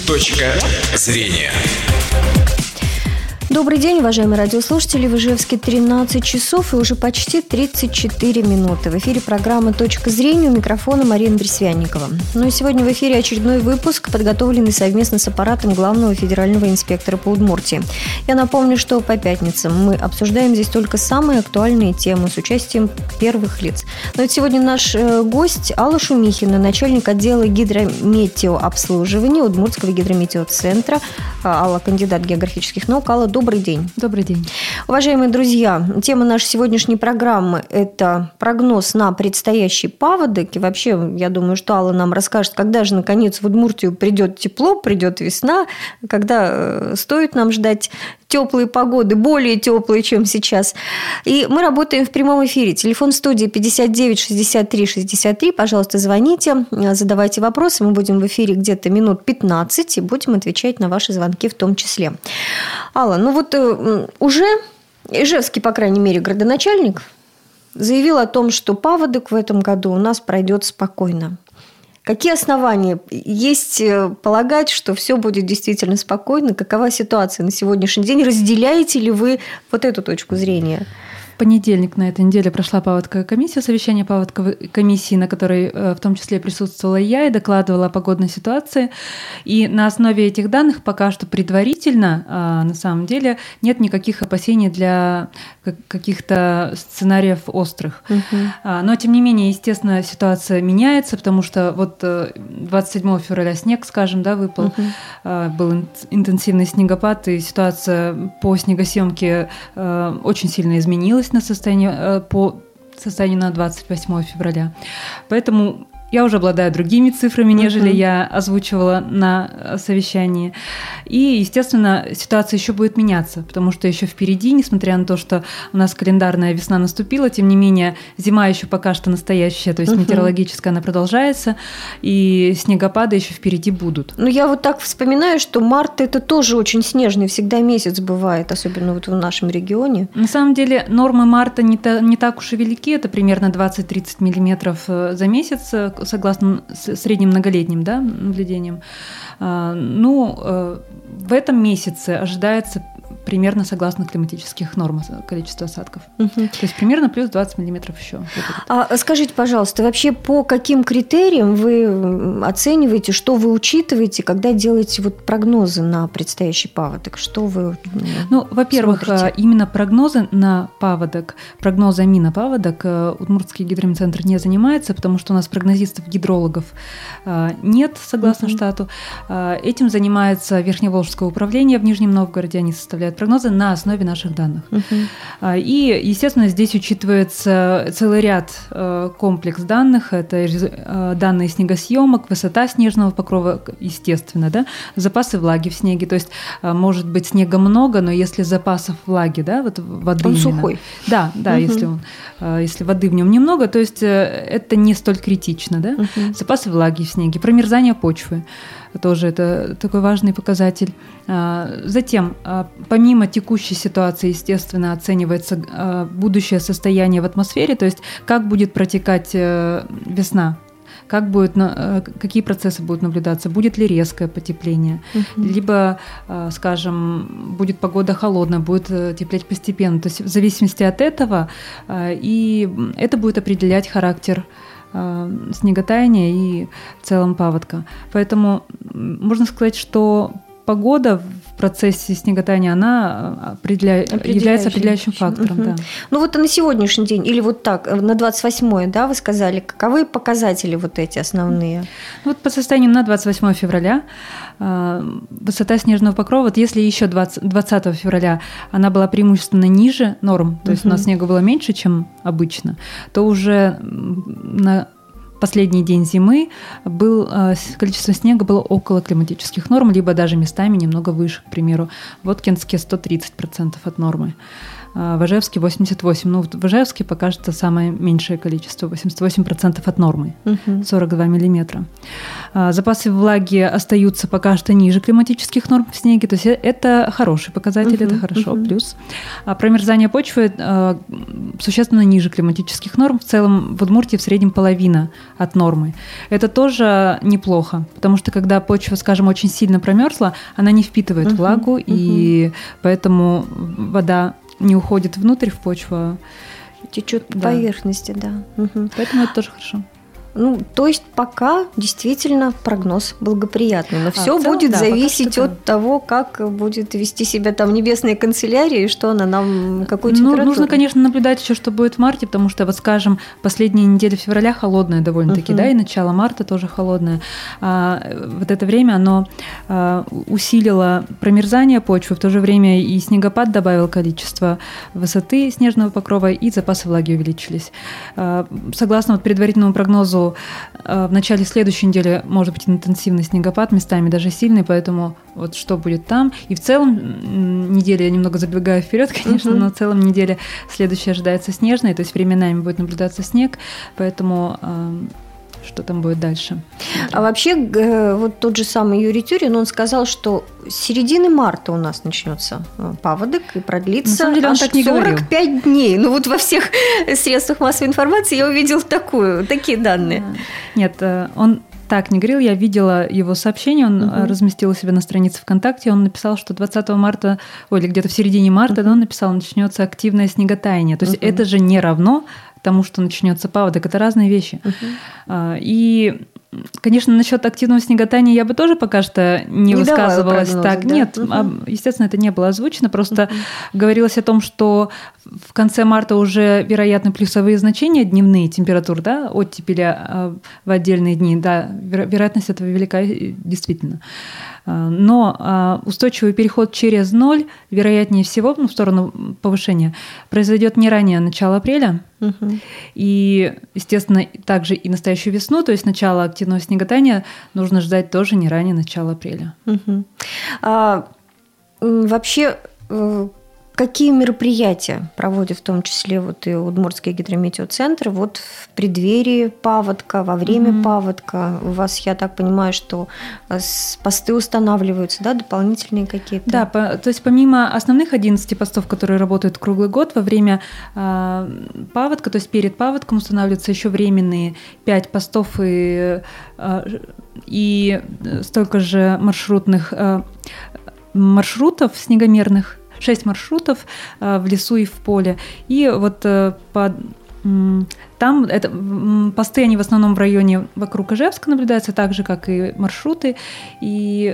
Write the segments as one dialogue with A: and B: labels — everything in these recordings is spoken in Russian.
A: Точка зрения.
B: Добрый день, уважаемые радиослушатели. В Ижевске 13 часов и уже почти 34 минуты. В эфире программа «Точка зрения», у микрофона Марина Дресвянникова. Ну и сегодня в эфире очередной выпуск, подготовленный совместно с аппаратом главного федерального инспектора по Удмуртии. Я напомню, что по пятницам мы обсуждаем здесь только самые актуальные темы с участием первых лиц. Но ведь сегодня наш гость Алла Шумихина, начальник отдела гидрометеообслуживания Удмуртского гидрометеоцентра. Алла, кандидат географических наук. Алла, добрый день.
C: Добрый день.
B: Уважаемые друзья, тема нашей сегодняшней программы – это прогноз на предстоящий паводок. И вообще, я думаю, что Алла нам расскажет, когда же, наконец, в Удмуртию придет тепло, придет весна, когда стоит нам ждать теплые погоды, более теплые, чем сейчас. И мы работаем в прямом эфире. Телефон студии 59 63 63. Пожалуйста, звоните, задавайте вопросы. Мы будем в эфире где-то минут 15 и будем отвечать на ваши звонки в том числе. Алла, ну вот уже ижевский, по крайней мере, градоначальник заявил о том, что паводок в этом году у нас пройдет спокойно. Какие основания есть полагать, что все будет действительно спокойно? Какова ситуация на сегодняшний день? Разделяете ли вы вот эту точку зрения?
C: В понедельник на этой неделе прошла паводковая комиссия, совещание паводковой комиссии, на которой в том числе присутствовала я и докладывала о погодной ситуации. И на основе этих данных пока что предварительно, на самом деле, нет никаких опасений для каких-то сценариев острых. Но, тем не менее, естественно, ситуация меняется, потому что вот 27 февраля снег, скажем, да, выпал, был интенсивный снегопад, и ситуация по снегосъемке очень сильно изменилась по состоянию на 28 февраля. Поэтому я уже обладаю другими цифрами, нежели я озвучивала на совещании. И, естественно, ситуация еще будет меняться, потому что еще впереди, несмотря на то, что у нас календарная весна наступила, тем не менее, зима еще пока что настоящая, то есть метеорологическая она продолжается, и снегопады еще впереди будут.
B: Ну, я вот так вспоминаю, что март – это тоже очень снежный, всегда месяц бывает, особенно вот в нашем регионе.
C: На самом деле, нормы марта не так уж и велики, это примерно 20-30 миллиметров за месяц, согласно средним многолетним, да, наблюдениям. В этом месяце ожидается примерно согласно климатических норм количество осадков. То есть примерно плюс 20 миллиметров еще.
B: Скажите, пожалуйста, вообще по каким критериям вы оцениваете, что вы учитываете, когда делаете вот прогнозы на предстоящий паводок? Что вы
C: во-первых, смотрите? Именно прогнозы на паводок, прогнозами на паводок Удмуртский гидрометеоцентр не занимается, потому что у нас прогнозистов-гидрологов нет, согласно штату. Этим занимается Верхневолжское управление в Нижнем Новгороде, они составляют прогнозы на основе наших данных. И, естественно, здесь учитывается целый ряд комплекс данных. Это данные снегосъемок, высота снежного покрова, естественно, да, запасы влаги в снеге. То есть, может быть, снега много, но если запасов влаги, да, вот воды...
B: Он
C: именно,
B: сухой.
C: Да, если воды в нем немного, то есть это не столь критично, да. Запасы влаги в снеге, промерзание почвы. Тоже это такой важный показатель. Затем, помимо текущей ситуации, естественно, оценивается будущее состояние в атмосфере, то есть как будет протекать весна, какие процессы будут наблюдаться, будет ли резкое потепление, либо, скажем, будет погода холодная, будет теплеть постепенно. То есть в зависимости от этого, и это будет определять характер снеготаяния и в целом паводка. Поэтому можно сказать, что погода в процессе снеготаяния, она является определяющим фактором. Да.
B: Ну вот на сегодняшний день, или вот так, на 28-е, да, вы сказали, каковы показатели вот эти основные?
C: Вот по состоянию на 28 февраля высота снежного покрова, вот если еще 20 февраля она была преимущественно ниже норм, то есть у нас снега было меньше, чем обычно, то уже на последний день зимы количество снега было около климатических норм, либо даже местами немного выше, к примеру. В Воткинске 130% от нормы. в Ижевске 88%. Ну, в Ижевске пока что самое меньшее количество, 88% от нормы, 42 миллиметра. Запасы влаги остаются пока что ниже климатических норм в снеге, то есть это хороший показатель, это хорошо, плюс. Промерзание почвы существенно ниже климатических норм, в целом в Удмуртии в среднем половина от нормы. Это тоже неплохо, потому что когда почва, скажем, очень сильно промерзла, она не впитывает влагу, и поэтому вода не уходит внутрь в почву.
B: Течет по поверхности, да.
C: Поэтому это тоже хорошо.
B: Ну, то есть пока действительно прогноз благоприятный, но все будет зависеть от того, как будет вести себя там небесная канцелярия и что она нам, какую температуру.
C: Нужно, конечно, наблюдать еще, что будет в марте, потому что, вот скажем, последняя неделя февраля холодная довольно-таки, да, и начало марта тоже холодное. Вот это время, оно усилило промерзание почвы, в то же время и снегопад добавил количество высоты снежного покрова, и запасы влаги увеличились. Согласно вот предварительному прогнозу, в начале следующей недели может быть интенсивный снегопад, местами даже сильный, поэтому вот что будет там. И в целом неделя, я немного забегаю вперед, конечно, но в целом неделя следующая ожидается снежной, то есть временами будет наблюдаться снег, поэтому что там будет дальше.
B: А вообще, вот тот же самый Юрий Тюрин, он сказал, что с середины марта у нас начнется паводок и продлится аж 45 дней. Ну вот во всех средствах массовой информации я увидела такие данные.
C: Нет, он так не говорил, я видела его сообщение, он разместил у себя на странице ВКонтакте, он написал, что 20 марта, или где-то в середине марта, он написал, начнется активное снеготаяние. То есть это же не равно тому, что начнется паводок, это разные вещи. И, конечно, насчет активного снеготаяния я бы тоже пока что не высказывалась прогнозы, так. Да? Нет, естественно, это не было озвучено, просто говорилось о том, что в конце марта уже вероятны плюсовые значения дневные температур, да, оттепеля в отдельные дни, да, вероятность этого велика действительно. Но устойчивый переход через ноль, вероятнее всего, в сторону повышения, произойдет не ранее начала апреля. И, естественно, также и настоящую весну, то есть начало активного снеготаяния нужно ждать тоже не ранее начала апреля.
B: Вообще, какие мероприятия проводят в том числе вот и Удмуртский гидрометеоцентр вот в преддверии паводка, во время паводка? У вас, я так понимаю, что посты устанавливаются, да, дополнительные какие-то?
C: Да, то есть помимо основных 11 постов, которые работают круглый год, во время паводка, то есть перед паводком устанавливаются еще временные 5 постов и столько же маршрутов снегомерных, 6 маршрутов в лесу и в поле. И вот там посты, они в основном в районе вокруг Ижевска наблюдаются, так же, как и маршруты. И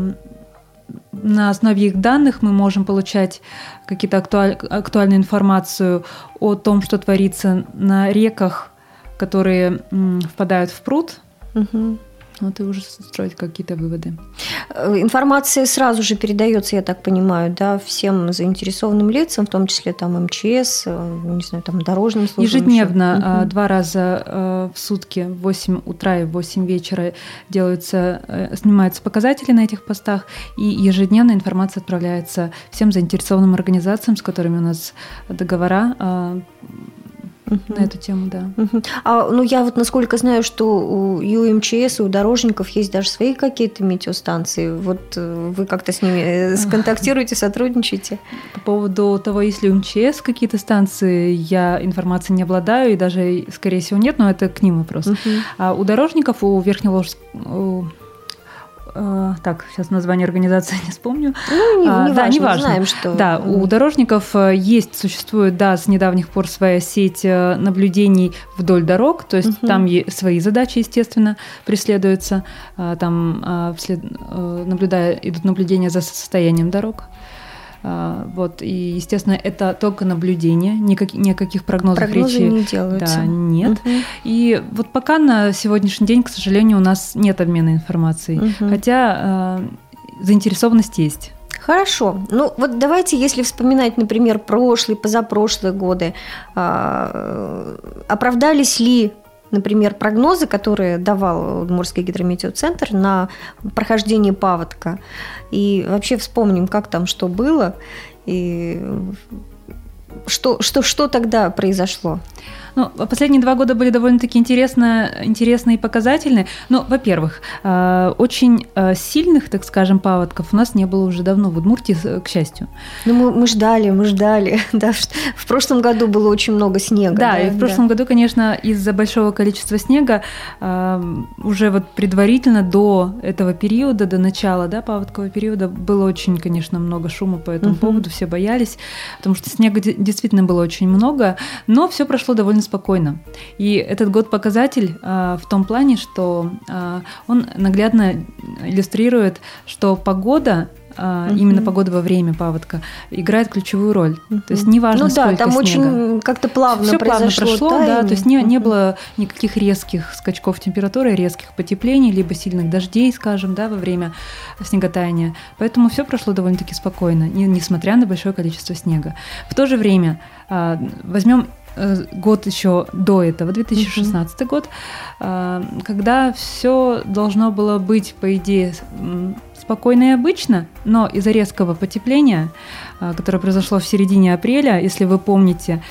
C: на основе их данных мы можем получать какие-то актуальную информацию о том, что творится на реках, которые впадают в пруд. Вот и уже строить какие-то выводы.
B: Информация сразу же передается, я так понимаю, да, всем заинтересованным лицам, в том числе там МЧС, не знаю, там дорожным службам.
C: Ежедневно 2 раза в сутки, в 8 утра и в 8 вечера снимаются показатели на этих постах, и ежедневно информация отправляется всем заинтересованным организациям, с которыми у нас договора на эту тему, да.
B: Я вот насколько знаю, что и у МЧС, и у дорожников есть даже свои какие-то метеостанции. Вот вы как-то с ними сконтактируете, сотрудничаете?
C: По поводу того, есть ли у МЧС какие-то станции, я информацией не обладаю, и даже, скорее всего, нет, но это к ним вопрос. А у дорожников, у Верхневолжского... Так, сейчас название организации не вспомню.
B: Не важно. Знаем, что...
C: Да, у дорожников существует, с недавних пор своя сеть наблюдений вдоль дорог, то есть там свои задачи, естественно, преследуются. Там идут наблюдения за состоянием дорог. Вот, и, естественно, это только наблюдение, ни о каких прогнозах речи
B: не делаются.
C: Да, нет. И вот пока на сегодняшний день, к сожалению, у нас нет обмена информацией, хотя заинтересованность есть.
B: Хорошо. Ну вот давайте, если вспоминать, например, прошлые, позапрошлые годы, оправдались ли, например, прогнозы, которые давал Удмуртский гидрометеоцентр на прохождение паводка. И вообще вспомним, как там что было. И Что тогда произошло?
C: Ну, последние 2 года были довольно-таки интересные и показательные. Ну, во-первых, очень сильных, так скажем, паводков у нас не было уже давно в Удмуртии, к счастью.
B: Ну, мы ждали. Да, в прошлом году было очень много снега.
C: Да, и в прошлом году, конечно, из-за большого количества снега уже вот предварительно до этого периода, до начала, да, паводкового периода, было очень, конечно, много шума по этому поводу, все боялись, потому что снега действительно было очень много, но все прошло довольно спокойно. И этот год показатель в том плане, что он наглядно иллюстрирует, что погода, именно погода во время паводка, играет ключевую роль. То есть неважно, сколько
B: там
C: снега.
B: очень как-то плавно
C: Всё
B: произошло.
C: Плавно прошло, да, то есть не было никаких резких скачков температуры, резких потеплений, либо сильных дождей, скажем, да, во время снеготаяния. Поэтому все прошло довольно-таки спокойно, несмотря на большое количество снега. В то же время возьмем год еще до этого, 2016 год, когда все должно было быть, по идее, спокойно и обычно, но из-за резкого потепления, которое произошло в середине апреля, если вы помните,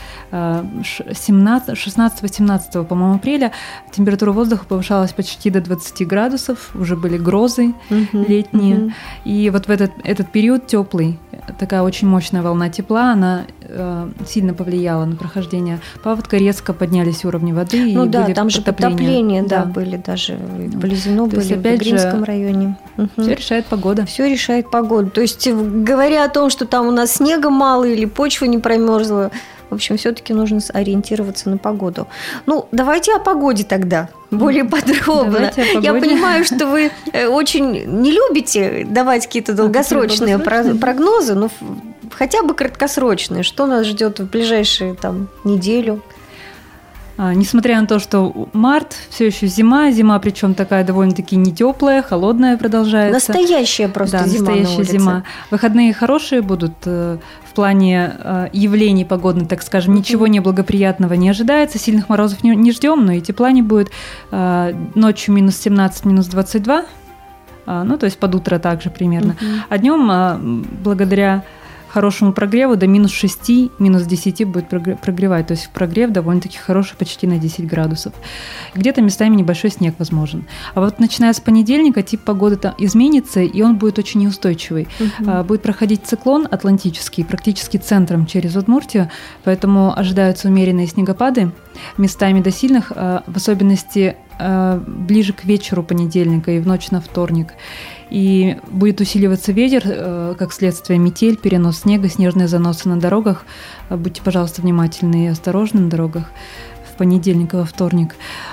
C: 16-17, по-моему, апреля температура воздуха повышалась почти до 20 градусов, уже были грозы летние, и вот в этот период теплый, такая очень мощная волна тепла, она сильно повлияла на прохождение паводка, резко поднялись уровни воды,
B: ну
C: и
B: да,
C: были
B: там же подтопления, да, были даже в Близино, были в Гринском районе.
C: Все решает погода.
B: Все решает погода. То есть, говоря о том, что там у нас снега мало или почва не промерзла, в общем, все-таки нужно ориентироваться на погоду. Ну, давайте о погоде тогда, более подробно. Я понимаю, что вы очень не любите давать какие-то долгосрочные прогнозы, но хотя бы краткосрочные. Что нас ждет в ближайшие неделю?
C: Несмотря на то, что март, все еще зима, причем такая довольно-таки не теплая, холодная продолжается.
B: Настоящая просто зима.
C: Настоящая зима. Выходные хорошие будут в плане явлений погодных, так скажем. Ничего неблагоприятного не ожидается, сильных морозов не ждем, но и тепла не будет. Ночью минус 17, минус 22, ну то есть под утро также примерно. А днем благодаря хорошему прогреву до минус 6, минус 10 будет прогревать. То есть прогрев довольно-таки хороший, почти на 10 градусов. Где-то местами небольшой снег возможен. А вот начиная с понедельника тип погоды изменится, и он будет очень неустойчивый. Будет проходить циклон атлантический, практически центром через Удмуртию, поэтому ожидаются умеренные снегопады, местами до сильных, в особенности ближе к вечеру понедельника и в ночь на вторник. И будет усиливаться ветер, как следствие метель, перенос снега, снежные заносы на дорогах. Будьте, пожалуйста, внимательны и осторожны на дорогах в понедельник и во вторник.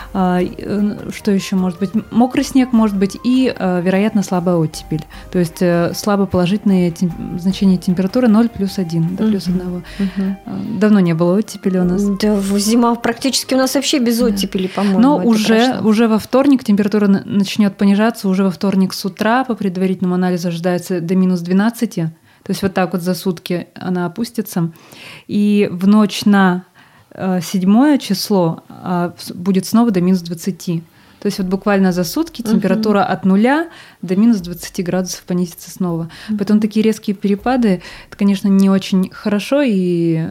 C: Что еще может быть? Мокрый снег может быть и, вероятно, слабая оттепель. То есть слабо положительные значения температуры 0 плюс 1, до плюс 1. Давно не было оттепели у нас.
B: Да, зима практически у нас вообще без оттепели, по-моему.
C: Но уже во вторник температура начнет понижаться, уже во вторник с утра по предварительному анализу ожидается до минус 12. То есть вот так вот за сутки она опустится. И в ночь на 7 число будет снова до минус 20. То есть вот буквально за сутки температура от 0 до минус 20 градусов понизится снова. Поэтому такие резкие перепады, это, конечно, не очень хорошо, и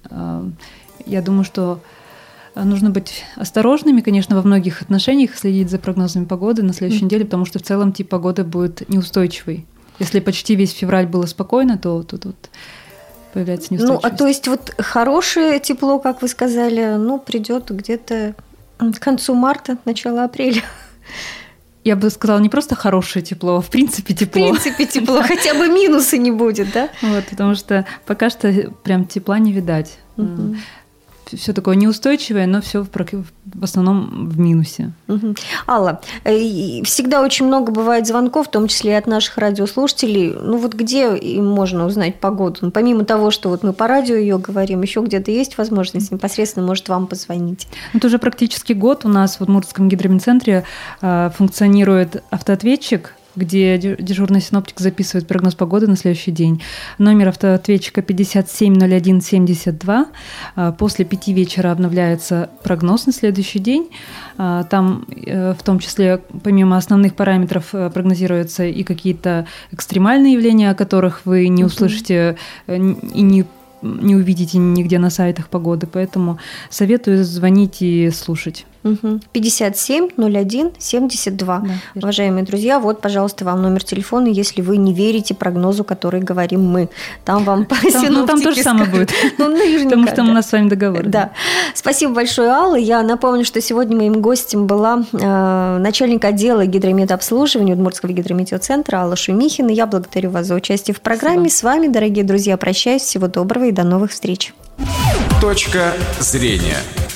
C: я думаю, что нужно быть осторожными, конечно, во многих отношениях, следить за прогнозами погоды на следующей неделе, потому что в целом тип погоды будет неустойчивый. Если почти весь февраль было спокойно, то тут вот появляется неустойчивость.
B: Ну, то есть вот хорошее тепло, как вы сказали, придет где-то к концу марта, начало апреля.
C: Я бы сказала, не просто хорошее тепло, а в принципе тепло.
B: В принципе тепло, хотя бы минуса не будет, да?
C: Вот, потому что пока что прям тепла не видать. Все такое неустойчивое, но все в основном в минусе.
B: Алла, всегда очень много бывает звонков, в том числе и от наших радиослушателей. Вот где им можно узнать погоду? Помимо того, что вот мы по радио ее говорим, еще где-то есть возможность непосредственно, может, вам позвонить?
C: Это уже практически год у нас в Удмуртском гидромедцентре функционирует автоответчик, где дежурный синоптик записывает прогноз погоды на следующий день. Номер автоответчика 570172. После 5 вечера обновляется прогноз на следующий день. Там в том числе, помимо основных параметров, прогнозируются и какие-то экстремальные явления, о которых вы не услышите и не не увидите нигде на сайтах погоды, поэтому советую звонить и слушать.
B: 57 01 72.
C: Да,
B: уважаемые друзья, вот, пожалуйста, вам номер телефона, если вы не верите прогнозу, который говорим мы. Там вам по синоптике...
C: Там то же самое будет. Потому что у нас с вами договор.
B: Да. Спасибо большое, Алла. Я напомню, что сегодня моим гостем была начальник отдела гидрометобслуживания Удмуртского гидрометеоцентра Алла Шумихина. Я благодарю вас за участие в программе. С вами, дорогие друзья, прощаюсь. Всего доброго и до новых встреч.
A: Точка зрения.